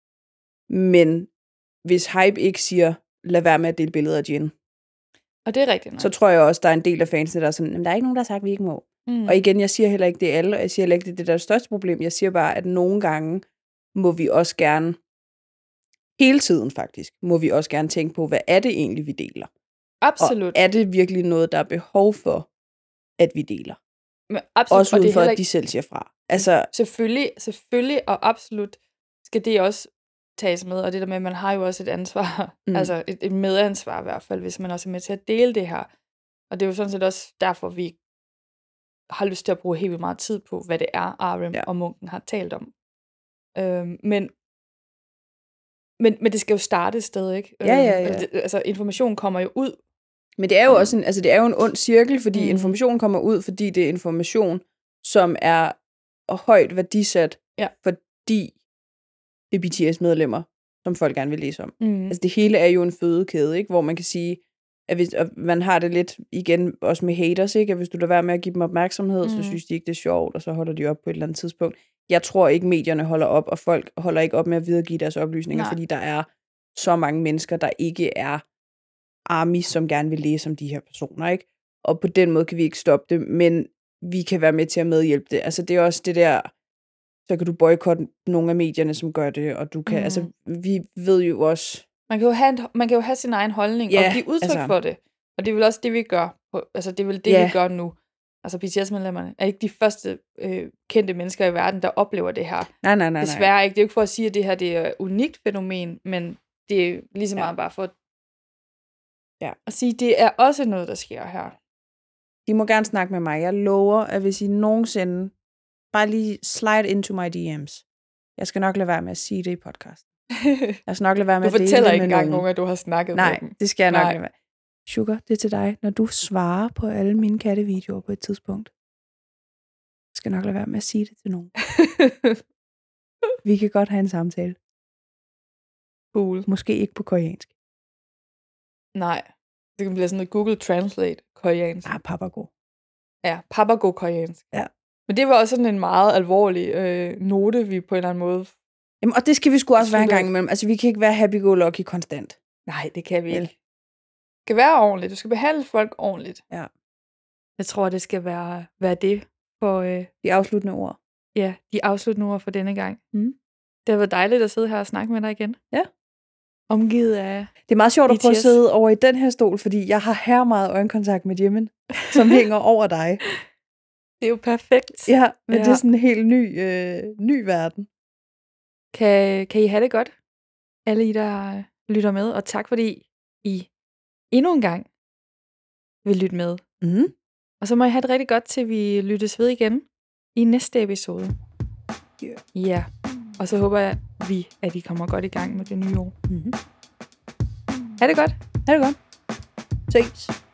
Men hvis Hype ikke siger, lad være med at dele billeder af Jen, Og det er rigtigt nok. så tror jeg også, der er en del af fansene, der er sådan, der er ikke nogen, der har sagt, at vi ikke må. Mm. Og igen, jeg siger heller ikke, det er alle, og jeg siger heller ikke, det er det, der er det største problem. Jeg siger bare, at nogle gange må vi også gerne, hele tiden faktisk, må vi også gerne tænke på, hvad er det egentlig, vi deler? Absolut. Og er det virkelig noget, der er behov for, at vi deler? Men absolut. Også og det ud er for, heller at de ikke... selv siger fra. Altså, Selvfølgelig, selvfølgelig og absolut skal det også tages med, og det der med, at man har jo også et ansvar, Mm. mm. altså et, et medansvar i hvert fald, hvis man også er med til at dele det her. Og det er jo sådan set også derfor, vi har lyst til at bruge helt vildt meget tid på, hvad det er, R M Ja. og Munken har talt om. Øhm, men, men, men det skal jo starte et sted, ikke? Ja, ja, ja. Øhm, altså, det- altså information kommer jo ud. men det er jo også en, altså det er jo en ond cirkel, fordi Mm. mm. information kommer ud, fordi det er information, som er højt værdisat, Ja. fordi det er B T S-medlemmer, som folk gerne vil læse om. Mm. Altså det hele er jo en fødekæde, ikke? Hvor man kan sige, at hvis, og man har det lidt igen også med haters, ikke? At hvis du lader være med at give dem opmærksomhed, mm. så Mm. synes de ikke, det er sjovt, og så holder de op på et eller andet tidspunkt. Jeg tror ikke, medierne holder op, og folk holder ikke op med at videregive deres oplysninger, Nej. fordi der er så mange mennesker, der ikke er army, som gerne vil læse om de her personer, ikke? Og på den måde kan vi ikke stoppe det, men vi kan være med til at medhjælpe det. Altså det er også det der, så kan du boykotte nogle af medierne, som gør det, og du kan, Mm. altså vi ved jo også, Man kan jo have, en, man kan jo have sin egen holdning Ja, og give udtryk altså. for det. Og det er vel også det, vi gør. På, altså det er vel det, Ja. vi gør nu. Altså B T S-medlemmerne er ikke de første øh, kendte mennesker i verden, der oplever det her. nej, nej, nej, nej. Desværre ikke. Det er jo ikke for at sige, at det her det er et unikt fænomen, men det er lige så Ja. meget bare for at, Ja. at sige, at det er også noget, der sker her. De må gerne snakke med mig. Jeg lover, at hvis I nogensinde bare lige slide into my D Ms. Jeg skal nok lade være med at sige det i podcast. Jeg skal nok lade være med Du at dele fortæller det ikke med engang nogen. nogen, at du har snakket Nej, med dem. det skal jeg nok Nej. lade være. Sugar, det er til dig. Når du svarer på alle mine kattevideoer på et tidspunkt, jeg skal nok lade være med at sige det til nogen. Vi kan godt have en samtale. Cool. Måske ikke på koreansk. Nej. Det kan blive sådan noget Google Translate koreansk. Ah, papago. Ja, papago koreansk. Ja. Men det var også sådan en meget alvorlig øh, note, vi på en eller anden måde... Jamen, og det skal vi sgu også være en Slutter. gang imellem. Altså, vi kan ikke være happy-go-lucky konstant. Nej, det kan vi Vel. ikke. Det skal være ordentligt. Du skal behandle folk ordentligt. Ja. Jeg tror, det skal være, være det for øh, De afsluttende ord. ja, de afsluttende ord for denne gang. Mm. Det har været dejligt at sidde her og snakke med dig igen. Ja. Omgivet af... Det er meget sjovt at prøve at B T S. sidde over i den her stol, fordi jeg har her meget øjenkontakt med Jimin, som hænger over dig. Det er jo perfekt. Ja, men Ja. det er sådan en helt ny, øh, ny verden. Kan, kan I have det godt? Alle I, der øh, lytter med. Og tak, fordi I endnu en gang vil lytte med. Mm. Og så må I have det rigtig godt, til vi lyttes ved igen i næste episode. Yeah. Ja, og så håber jeg, vi, at I kommer godt i gang med det nye år. Mm-hmm. Ha' det godt. Ha' det godt. Ses.